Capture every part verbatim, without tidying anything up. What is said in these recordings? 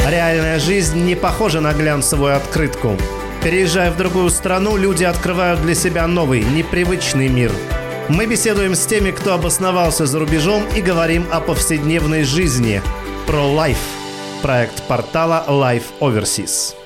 Реальная жизнь не похожа на глянцевую открытку. Переезжая в другую страну, люди открывают для себя новый, непривычный мир. Мы беседуем с теми, кто обосновался за рубежом, и говорим о повседневной жизни. ProLife. Проект портала Life Overseas.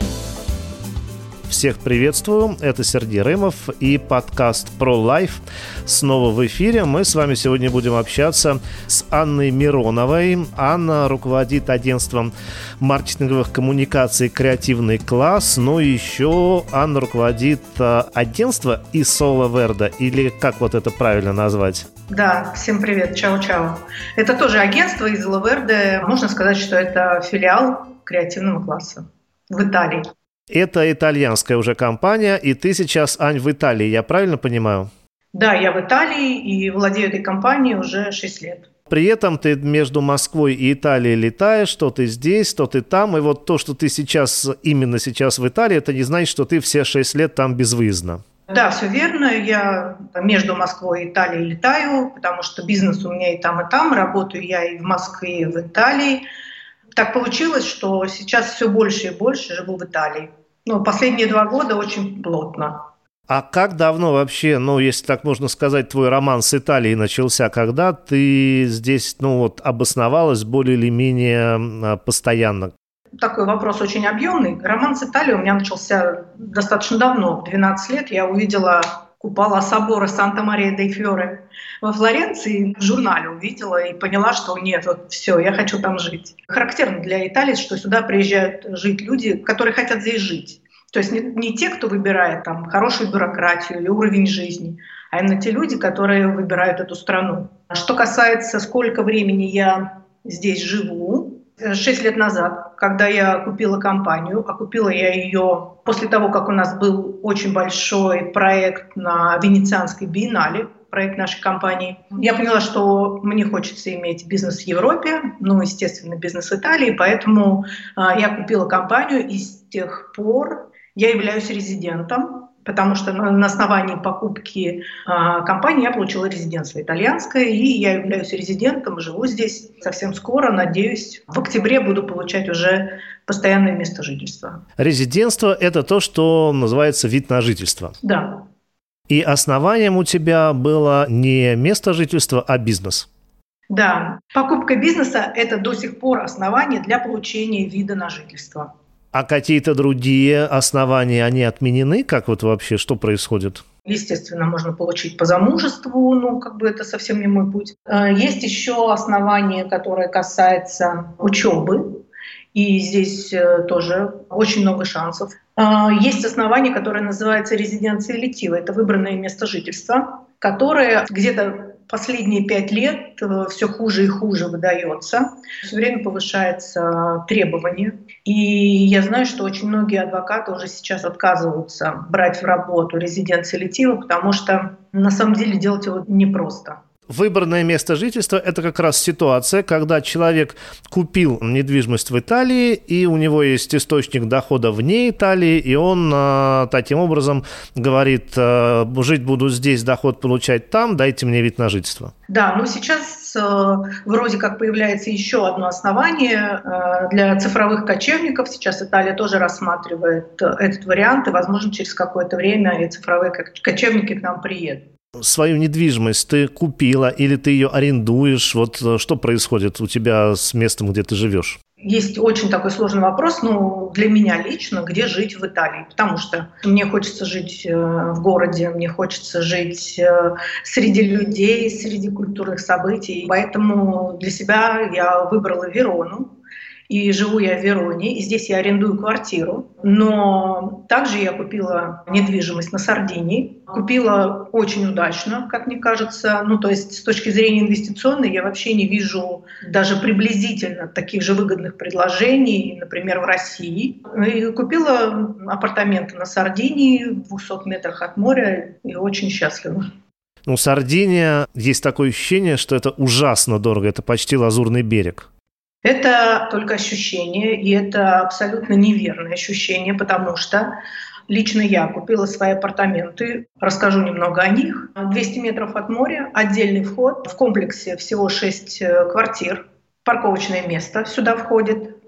Всех приветствую, это Сергей Рымов и подкаст ProLife снова в эфире. Мы с вами сегодня будем общаться с Анной Мироновой. Анна руководит агентством маркетинговых коммуникаций «Креативный класс». Но еще Анна руководит агентство Isola Verde, или как вот это правильно назвать? Да, всем привет, чао-чао. Это тоже агентство Isola Verde. Можно сказать, что это филиал креативного класса в Италии. Это итальянская уже компания, и ты сейчас, Ань, в Италии, я правильно понимаю? Да, я в Италии и владею этой компанией уже шесть лет. При этом ты между Москвой и Италией летаешь, то ты здесь, то ты там, и вот то, что ты сейчас, именно сейчас в Италии, это не значит, что ты все шесть лет там безвыездно. Да, все верно. Я между Москвой и Италией летаю, потому что бизнес у меня и там, и там. Работаю я и в Москве, и в Италии. Так получилось, что сейчас все больше и больше живу в Италии. Ну, последние два года очень плотно. А как давно вообще, ну, если так можно сказать, твой роман с Италией начался? Когда ты здесь, ну, вот, обосновалась более или менее постоянно? Такой вопрос очень объемный. Роман с Италией у меня начался достаточно давно. В двенадцать лет я увидела купола собора Санта-Мария-дель-Фьоре во Флоренции, в журнале увидела и поняла, что нет, вот все, я хочу там жить. Характерно для Италии, что сюда приезжают жить люди, которые хотят здесь жить. То есть не, не те, кто выбирает там хорошую бюрократию или уровень жизни, а именно те люди, которые выбирают эту страну. Что касается, сколько времени я здесь живу, Шесть лет назад, когда я купила компанию, а купила я ее после того, как у нас был очень большой проект на Венецианской биеннале, проект нашей компании, я поняла, что мне хочется иметь бизнес в Европе, ну, естественно, бизнес в Италии, поэтому я купила компанию, и с тех пор я являюсь резидентом, потому что на основании покупки э, компании я получила резидентство итальянское, и я являюсь резидентом, живу здесь совсем скоро, надеюсь, в октябре буду получать уже постоянное место жительства. Резидентство – это то, что называется вид на жительство. Да. И основанием у тебя было не место жительства, а бизнес. Да. Покупка бизнеса – это до сих пор основание для получения вида на жительство. А какие-то другие основания, они отменены? Как вот вообще, что происходит? Естественно, можно получить по замужеству, ну, как бы это совсем не мой путь. Есть еще основание, которое касается учебы, и здесь тоже очень много шансов. Есть основание, которое называется резиденция электива, это выбранное место жительства, которое где-то последние пять лет все хуже и хуже выдается. Все время повышаются требования. И я знаю, что очень многие адвокаты уже сейчас отказываются брать в работу резиденции электива, потому что на самом деле делать его непросто. Выбранное место жительства – это как раз ситуация, когда человек купил недвижимость в Италии, и у него есть источник дохода вне Италии, и он э, таким образом говорит, э, жить буду здесь, доход получать там, дайте мне вид на жительство. Да, но сейчас э, вроде как появляется еще одно основание э, для цифровых кочевников. Сейчас Италия тоже рассматривает этот вариант, и, возможно, через какое-то время и цифровые кочевники к нам приедут. Свою недвижимость ты купила или ты ее арендуешь? Вот что происходит у тебя с местом, где ты живешь? Есть очень такой сложный вопрос, ну, для меня лично, где жить в Италии, потому что мне хочется жить в городе, мне хочется жить среди людей, среди культурных событий, поэтому для себя я выбрала Верону. И живу я в Вероне, и здесь я арендую квартиру. Но также я купила недвижимость на Сардинии. Купила очень удачно, как мне кажется. Ну, то есть с точки зрения инвестиционной я вообще не вижу даже приблизительно таких же выгодных предложений, например, в России. И купила апартаменты на Сардинии в двухстах метрах от моря и очень счастлива. Ну, Сардиния, есть такое ощущение, что это ужасно дорого. Это почти Лазурный берег. Это только ощущение, и это абсолютно неверное ощущение, потому что лично я купила свои апартаменты, расскажу немного о них. двести метров от моря, отдельный вход, в комплексе всего шесть квартир, парковочное место сюда входит.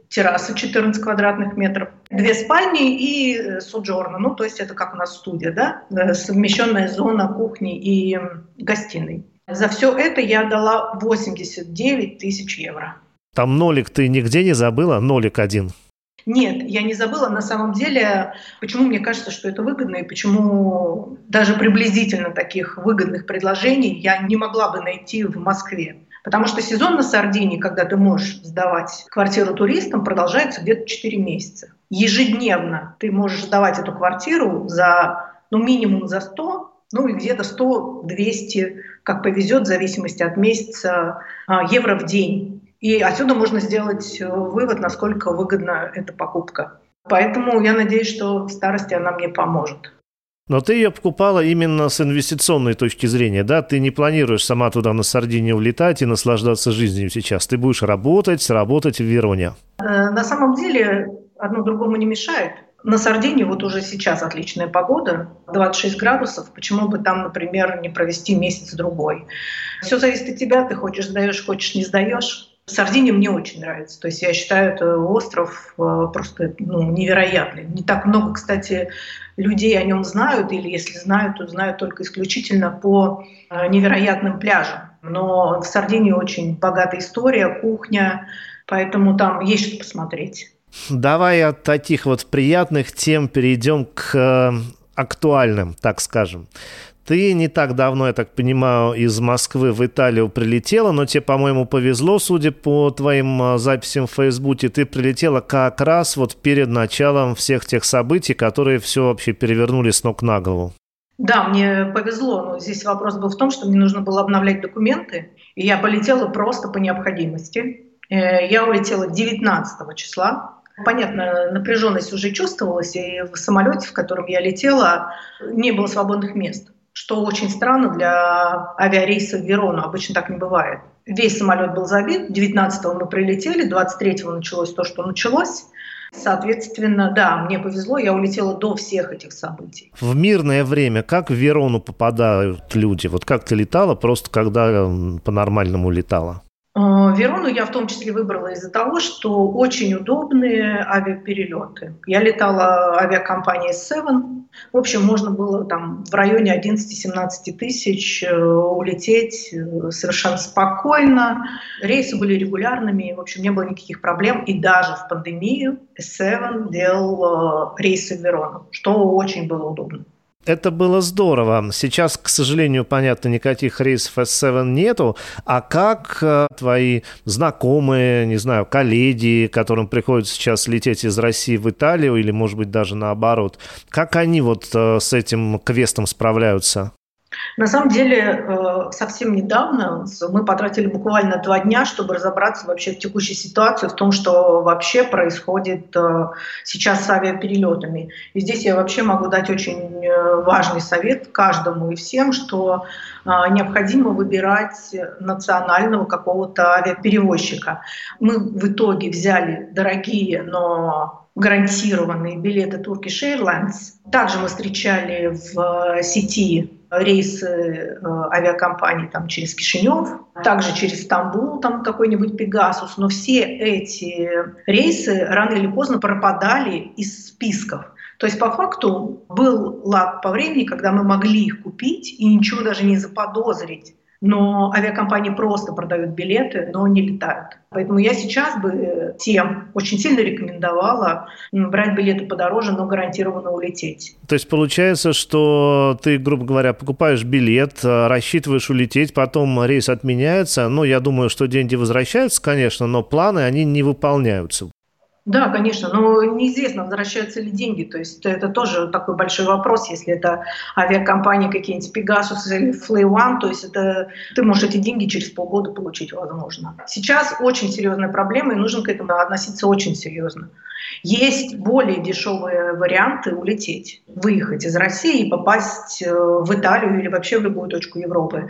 терраса четырнадцать квадратных метров, две спальни и соджорно, ну то есть это как у нас студия, да, совмещенная зона кухни и гостиной. За все это я дала восемьдесят девять тысяч евро. Там нолик ты нигде не забыла? Нолик один. Нет, я не забыла. На самом деле, почему мне кажется, что это выгодно, и почему даже приблизительно таких выгодных предложений я не могла бы найти в Москве. Потому что сезон на Сардинии, когда ты можешь сдавать квартиру туристам, продолжается где-то четыре месяца. Ежедневно ты можешь сдавать эту квартиру за, ну, минимум за сто, ну и где-то сто-двести, как повезет, в зависимости от месяца, евро в день. И отсюда можно сделать вывод, насколько выгодна эта покупка. Поэтому я надеюсь, что в старости она мне поможет. Но ты ее покупала именно с инвестиционной точки зрения, да? Ты не планируешь сама туда на Сардинию улетать и наслаждаться жизнью сейчас. Ты будешь работать, работать в Вероне. На самом деле одно другому не мешает. На Сардинии вот уже сейчас отличная погода, двадцать шесть градусов. Почему бы там, например, не провести месяц-другой? Все зависит от тебя, ты хочешь сдаешь, хочешь не сдаешь. Сардиния мне очень нравится. То есть я считаю, это остров просто ну, невероятный. Не так много, кстати, людей о нем знают, или если знают, то знают только исключительно по невероятным пляжам. Но в Сардинии очень богатая история, кухня, поэтому там есть что посмотреть. Давай от таких вот приятных тем перейдем к э, актуальным, так скажем. Ты не так давно, я так понимаю, из Москвы в Италию прилетела, но тебе, по-моему, повезло, судя по твоим записям в Фейсбуке, ты прилетела как раз вот перед началом всех тех событий, которые все вообще перевернули с ног на голову. Да, мне повезло, но здесь вопрос был в том, что мне нужно было обновлять документы, и я полетела просто по необходимости. Я улетела девятнадцатого числа. Понятно, напряженность уже чувствовалась, и в самолете, в котором я летела, не было свободных мест, что очень странно для авиарейса в Верону, обычно так не бывает. Весь самолет был забит, девятнадцатого мы прилетели, двадцать третьего началось то, что началось. Соответственно, да, мне повезло, я улетела до всех этих событий. В мирное время как в Верону попадают люди? Вот как ты летала, просто когда по-нормальному летала? Верону я в том числе выбрала из-за того, что очень удобные авиаперелеты. Я летала авиакомпанией Seven. В общем, можно было там в районе одиннадцать-семнадцать тысяч улететь совершенно спокойно. Рейсы были регулярными, в общем, не было никаких проблем. И даже в пандемию Seven делал рейсы в Верону, что очень было удобно. Это было здорово. Сейчас, к сожалению, понятно, никаких рейсов эс семь нету. А как э, твои знакомые, не знаю, коллеги, которым приходится сейчас лететь из России в Италию, или, может быть, даже наоборот, как они вот э, с этим квестом справляются? На самом деле, совсем недавно мы потратили буквально два дня, чтобы разобраться вообще в текущей ситуации, в том, что вообще происходит сейчас с авиаперелетами. И здесь я вообще могу дать очень важный совет каждому и всем, что необходимо выбирать национального какого-то авиаперевозчика. Мы в итоге взяли дорогие, но гарантированные билеты Turkish Airlines. Также мы встречали в сети рейсы э, авиакомпаний там, через Кишинев, также через Стамбул, там какой-нибудь Пегасус. Но все эти рейсы рано или поздно пропадали из списков. То есть по факту был лаг по времени, когда мы могли их купить и ничего даже не заподозрить. Но авиакомпании просто продают билеты, но не летают. Поэтому я сейчас бы тем очень сильно рекомендовала брать билеты подороже, но гарантированно улететь. То есть получается, что ты, грубо говоря, покупаешь билет, рассчитываешь улететь, потом рейс отменяется. Ну, я думаю, что деньги возвращаются, конечно, но планы, они не выполняются. Да, конечно, но неизвестно, возвращаются ли деньги. То есть это тоже такой большой вопрос, если это авиакомпании какие-нибудь Pegasus или Fly One, то есть это, ты можешь эти деньги через полгода получить, возможно. Сейчас очень серьезная проблема, и нужно к этому относиться очень серьезно. Есть более дешевые варианты улететь, выехать из России и попасть в Италию или вообще в любую точку Европы.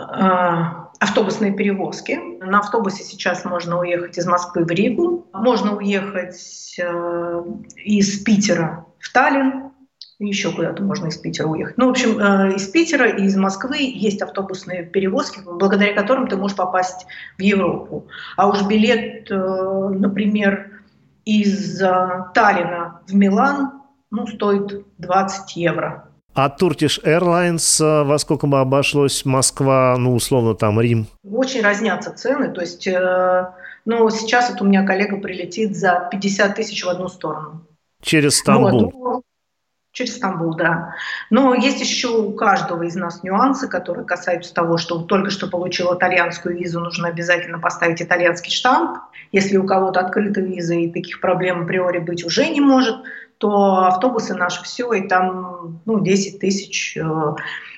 Автобусные перевозки. На автобусе сейчас можно уехать из Москвы в Ригу, можно уехать э, из Питера в Таллин, еще куда-то можно из Питера уехать. Ну, в общем, э, из Питера и из Москвы есть автобусные перевозки, благодаря которым ты можешь попасть в Европу. А уж билет, э, например, из э, Таллина в Милан, ну, стоит двадцать евро. А Turkish Airlines э, во сколько бы обошлось Москва, ну, условно, там, Рим? Очень разнятся цены. То есть, э, ну, сейчас вот у меня коллега прилетит за пятьдесят тысяч в одну сторону. Через Стамбул. Вот, ну, через Стамбул, да. Но есть еще у каждого из нас нюансы, которые касаются того, что только что получил итальянскую визу, нужно обязательно поставить итальянский штамп. Если у кого-то открыта виза и таких проблем априори быть уже не может, то автобусы наши все, и там ну, десять тысяч э,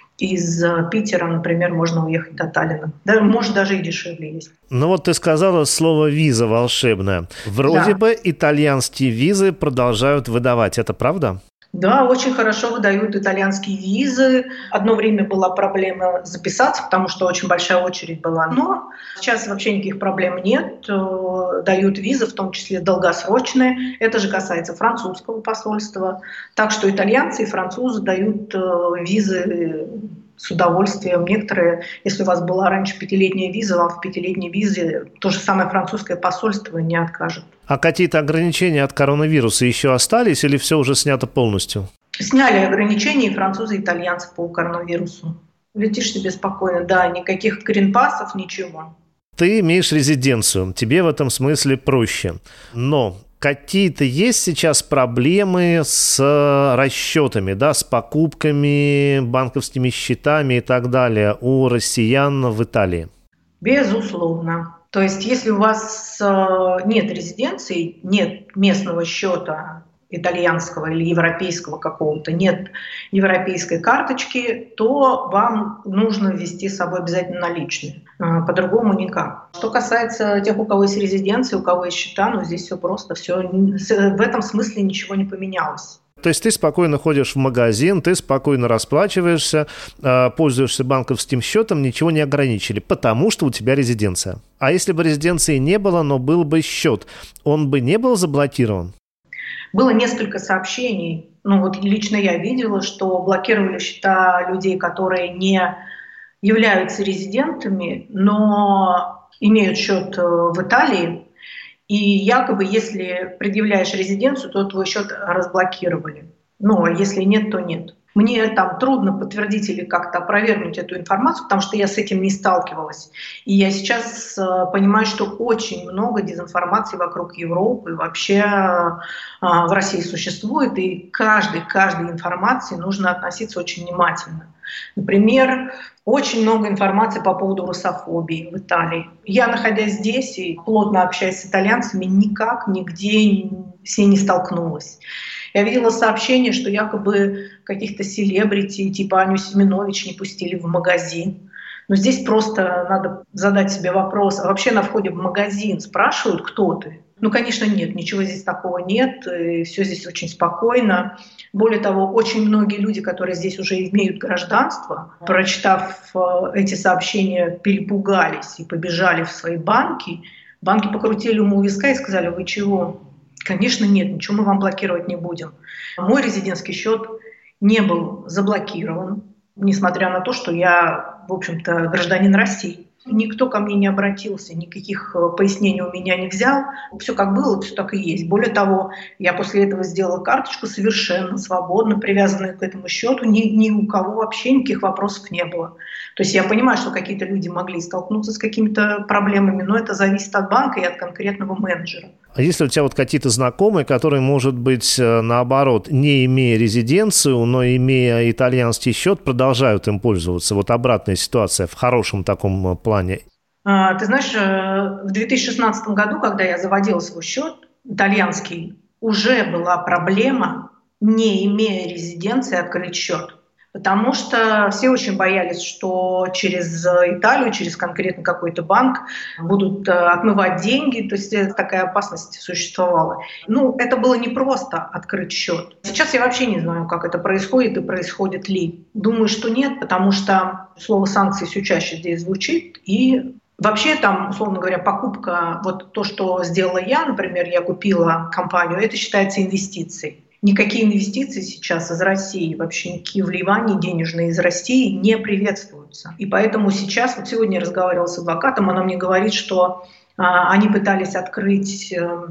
из Питера, например, можно уехать до Таллина. Да, может, даже и дешевле есть. Ну вот ты сказала слово «виза» волшебное. Вроде да. бы итальянские визы продолжают выдавать. Это правда? Да, очень хорошо выдают итальянские визы. Одно время была проблема записаться, потому что очень большая очередь была. Но сейчас вообще никаких проблем нет. Дают визы, в том числе долгосрочные. Это же касается французского посольства. Так что итальянцы и французы дают визы с удовольствием. Некоторые, если у вас была раньше пятилетняя виза, вам в пятилетней визе то же самое французское посольство не откажет. А какие-то ограничения от коронавируса еще остались или все уже снято полностью? Сняли ограничения и французы, и итальянцы по коронавирусу. Летишь себе спокойно, да, никаких гринпассов, ничего. Ты имеешь резиденцию, тебе в этом смысле проще. Но какие-то есть сейчас проблемы с расчетами, да, с покупками, банковскими счетами и так далее у россиян в Италии? Безусловно. То есть, если у вас нет резиденции, нет местного счета итальянского или европейского какого-то, нет европейской карточки, то вам нужно ввести с собой обязательно наличные. По-другому никак. Что касается тех, у кого есть резиденция, у кого есть счета, ну здесь все просто, все в этом смысле ничего не поменялось. То есть ты спокойно ходишь в магазин, ты спокойно расплачиваешься, пользуешься банковским счетом, ничего не ограничили, потому что у тебя резиденция. А если бы резиденции не было, но был бы счет, он бы не был заблокирован? Было несколько сообщений, ну вот лично я видела, что блокировали счета людей, которые не являются резидентами, но имеют счет в Италии. И якобы, если предъявляешь резиденцию, то твой счет разблокировали. Ну, а если нет, то нет. Мне там трудно подтвердить или как-то опровергнуть эту информацию, потому что я с этим не сталкивалась. И я сейчас э, понимаю, что очень много дезинформации вокруг Европы и вообще э, в России существует, и к каждой, каждой информации нужно относиться очень внимательно. Например, очень много информации по поводу русофобии в Италии. Я, находясь здесь и плотно общаясь с итальянцами, никак нигде с ней не столкнулась. Я видела сообщение, что якобы каких-то селебрити типа Аню Семенович не пустили в магазин. Но здесь просто надо задать себе вопрос, а вообще на входе в магазин спрашивают, кто ты? Ну, конечно, нет, ничего здесь такого нет, и все здесь очень спокойно. Более того, очень многие люди, которые здесь уже имеют гражданство, прочитав эти сообщения, перепугались и побежали в свои банки. Банки покрутили ему у виска и сказали: вы чего? Конечно, нет, ничего мы вам блокировать не будем. Мой резидентский счет не был заблокирован, несмотря на то, что я, в общем-то, гражданин России. Никто ко мне не обратился, никаких пояснений у меня не взял. Все как было, все так и есть. Более того, я после этого сделала карточку совершенно свободно, привязанную к этому счету. Ни, ни у кого вообще никаких вопросов не было. То есть я понимаю, что какие-то люди могли столкнуться с какими-то проблемами, но это зависит от банка и от конкретного менеджера. А если у тебя вот какие-то знакомые, которые, может быть, наоборот, не имея резиденцию, но имея итальянский счет, продолжают им пользоваться? Вот обратная ситуация в хорошем таком плане. А, ты знаешь, в две тысячи шестнадцатом году, когда я заводила свой счет итальянский, уже была проблема, не имея резиденции, открыть счет. Потому что все очень боялись, что через Италию, через конкретно какой-то банк будут отмывать деньги. То есть такая опасность существовала. Ну, это было непросто открыть счет. Сейчас я вообще не знаю, как это происходит и происходит ли. Думаю, что нет, потому что слово «санкции» все чаще здесь звучит. И вообще там, условно говоря, покупка, вот то, что сделала я, например, я купила компанию, это считается инвестицией. Никакие инвестиции сейчас из России, вообще никакие вливания денежные из России не приветствуются. И поэтому сейчас, вот сегодня я разговаривала с адвокатом, она мне говорит, что а, они пытались открыть э,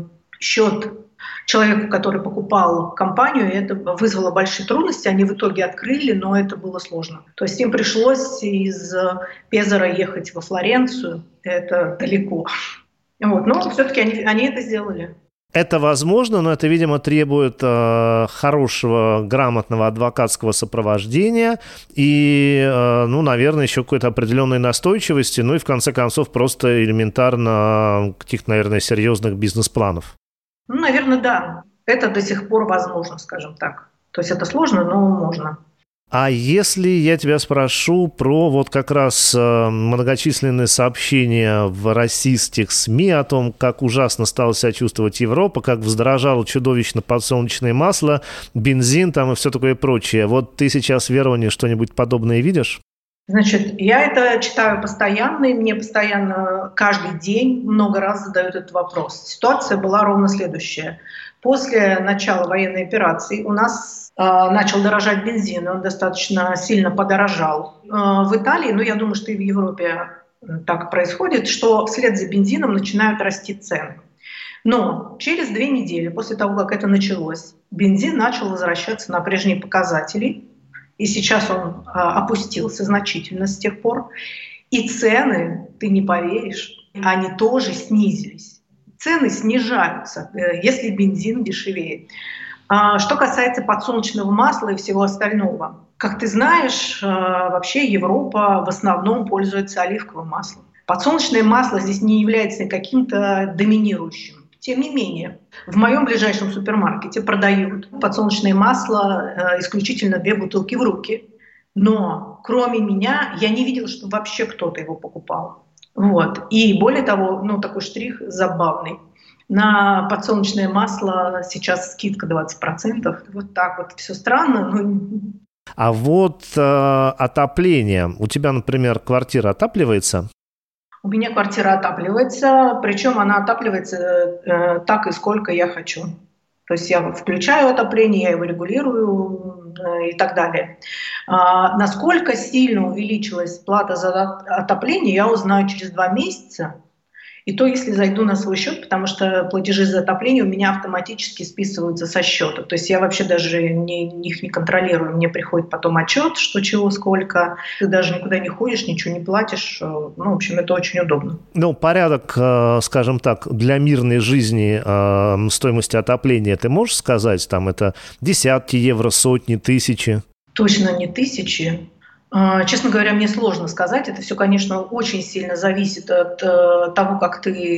счет человеку, который покупал компанию, и это вызвало большие трудности. Они в итоге открыли, но это было сложно. То есть им пришлось из Пезаро ехать во Флоренцию. Это далеко. Вот. Но все-таки они, они это сделали. Это возможно, но это, видимо, требует э, хорошего, грамотного адвокатского сопровождения и, э, ну, наверное, еще какой-то определенной настойчивости, ну и, в конце концов, просто элементарно каких-то, наверное, серьезных бизнес-планов. Ну, наверное, да. Это до сих пор возможно, скажем так. То есть это сложно, но можно. А если я тебя спрошу про вот как раз многочисленные сообщения в российских СМИ о том, как ужасно стала себя чувствовать Европа, как вздорожало чудовищно подсолнечное масло, бензин там и все такое прочее. Вот ты сейчас, Вероне, что-нибудь подобное видишь? Значит, я это читаю постоянно, и мне постоянно каждый день много раз задают этот вопрос. Ситуация была ровно следующая. После начала военной операции у нас э, начал дорожать бензин, он достаточно сильно подорожал. Э, в Италии, ну я думаю, что и в Европе так происходит, что вслед за бензином начинают расти цены. Но через две недели после того, как это началось, бензин начал возвращаться на прежние показатели, и сейчас он а, опустился значительно с тех пор. И цены, ты не поверишь, они тоже снизились. Цены снижаются, если бензин дешевеет. А, что касается подсолнечного масла и всего остального. Как ты знаешь, а, вообще Европа в основном пользуется оливковым маслом. Подсолнечное масло здесь не является каким-то доминирующим. Тем не менее, в моем ближайшем супермаркете продают подсолнечное масло э, исключительно две бутылки в руки. Но кроме меня я не видела, что вообще кто-то его покупал. Вот. И более того, ну, такой штрих забавный. На подсолнечное масло сейчас скидка двадцать процентов. Вот так вот все странно. Но... А вот э, отопление. У тебя, например, квартира отапливается? У меня квартира отапливается, причем она отапливается э, так и сколько я хочу. То есть я включаю отопление, я его регулирую э, и так далее. А, насколько сильно увеличилась плата за отопление, я узнаю через два месяца. И то, если зайду на свой счет, потому что платежи за отопление у меня автоматически списываются со счета. То есть я вообще даже не, их не контролирую. Мне приходит потом отчет, что чего, сколько. Ты даже никуда не ходишь, ничего не платишь. Ну, в общем, это очень удобно. Ну, порядок, скажем так, для мирной жизни стоимости отопления, ты можешь сказать? Там это десятки евро, сотни, тысячи? Точно не тысячи. Честно говоря, мне сложно сказать. Это все, конечно, очень сильно зависит от э, того, как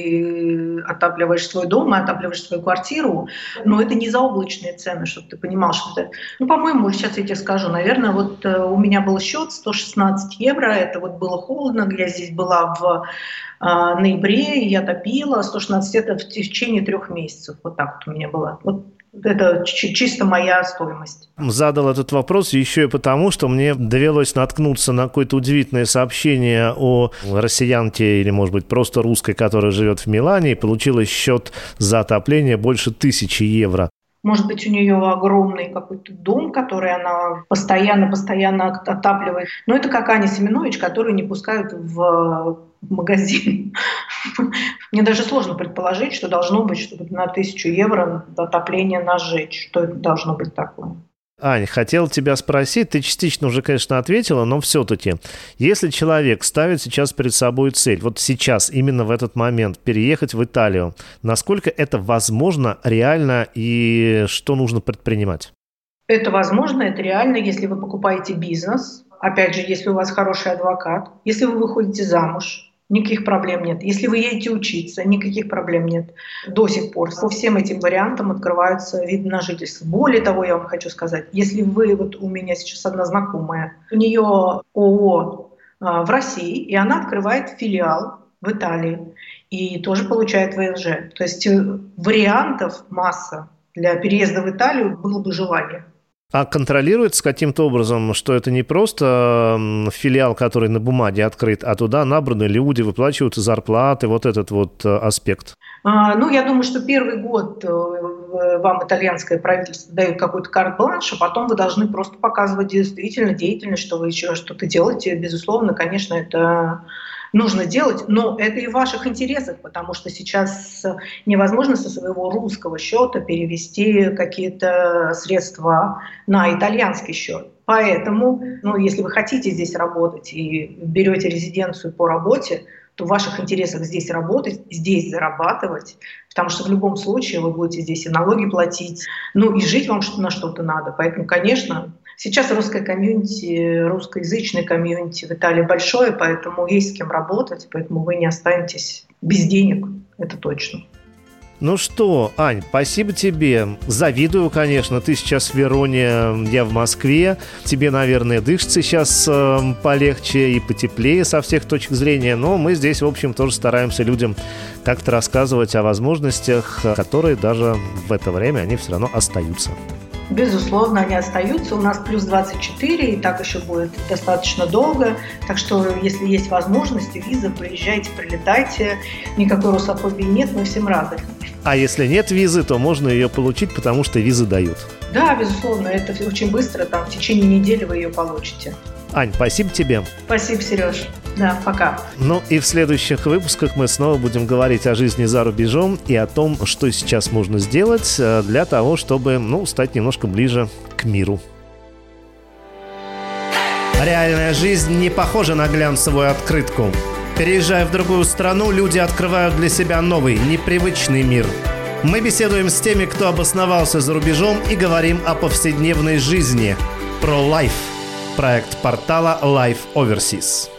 ты отапливаешь свой дом и отапливаешь свою квартиру. Но это не заоблачные цены, чтобы ты понимал, что это... Ну, по-моему, сейчас я тебе скажу, наверное, вот э, у меня был счет сто шестнадцать евро. Это вот было холодно. Я здесь была в э, ноябре, я топила. сто шестнадцать это в течение трех месяцев. Вот так вот у меня было. Вот. Это чисто моя стоимость. Задал этот вопрос еще и потому, что мне довелось наткнуться на какое-то удивительное сообщение о россиянке или, может быть, просто русской, которая живет в Милане, и получила счет за отопление больше тысячи евро. Может быть, у нее огромный какой-то дом, который она постоянно-постоянно отапливает. Но это как Аня Семенович, которую не пускают в магазин. Мне даже сложно предположить, что должно быть, чтобы на тысячу евро отопление нажечь. Что это должно быть такое? Ань, хотел тебя спросить, ты частично уже, конечно, ответила, но все-таки, если человек ставит сейчас перед собой цель, вот сейчас, именно в этот момент, переехать в Италию, насколько это возможно, реально и что нужно предпринимать? Это возможно, это реально, если вы покупаете бизнес, опять же, если у вас хороший адвокат, если вы выходите замуж. Никаких проблем нет. Если вы едете учиться, никаких проблем нет. До сих пор по всем этим вариантам открываются виды на жительство. Более того, я вам хочу сказать, если вы, вот у меня сейчас одна знакомая, у нее ООО в России, и она открывает филиал в Италии и тоже получает ВНЖ. То есть вариантов масса для переезда в Италию было бы желание. А контролируется каким-то образом, что это не просто филиал, который на бумаге открыт, а туда набраны люди, выплачиваются зарплаты, вот этот вот аспект? А, ну, я думаю, что первый год вам итальянское правительство дает какой-то карт-бланш, а потом вы должны просто показывать действительно деятельность, что вы еще что-то делаете. Безусловно, конечно, это нужно делать, но это и в ваших интересах, потому что сейчас невозможно со своего русского счета перевести какие-то средства на итальянский счет. Поэтому, ну, если вы хотите здесь работать и берете резиденцию по работе, то в ваших интересах здесь работать, здесь зарабатывать, потому что в любом случае вы будете здесь и налоги платить, ну и жить вам на что-то надо. Поэтому, конечно, сейчас русское комьюнити, русскоязычное комьюнити в Италии большое, поэтому есть с кем работать, поэтому вы не останетесь без денег, это точно. Ну что, Ань, спасибо тебе. Завидую, конечно. Ты сейчас в Вероне, я в Москве. Тебе, наверное, дышится сейчас э, полегче и потеплее со всех точек зрения. Но мы здесь, в общем, тоже стараемся людям как-то рассказывать о возможностях, которые даже в это время, они все равно остаются. Безусловно, они остаются. У нас плюс двадцать четыре, и так еще будет достаточно долго. Так что, если есть возможности, виза, приезжайте, прилетайте. Никакой русофобии нет, мы всем рады. А если нет визы, то можно ее получить, потому что визы дают. Да, безусловно, это очень быстро. Там, в течение недели вы ее получите. Ань, спасибо тебе. Спасибо, Сереж. Да, пока. Ну и в следующих выпусках мы снова будем говорить о жизни за рубежом и о том, что сейчас можно сделать для того, чтобы, ну, стать немножко ближе к миру. Реальная жизнь не похожа на глянцевую открытку. Переезжая в другую страну, люди открывают для себя новый, непривычный мир. Мы беседуем с теми, кто обосновался за рубежом, и говорим о повседневной жизни. Про Life. Проект портала Life Overseas.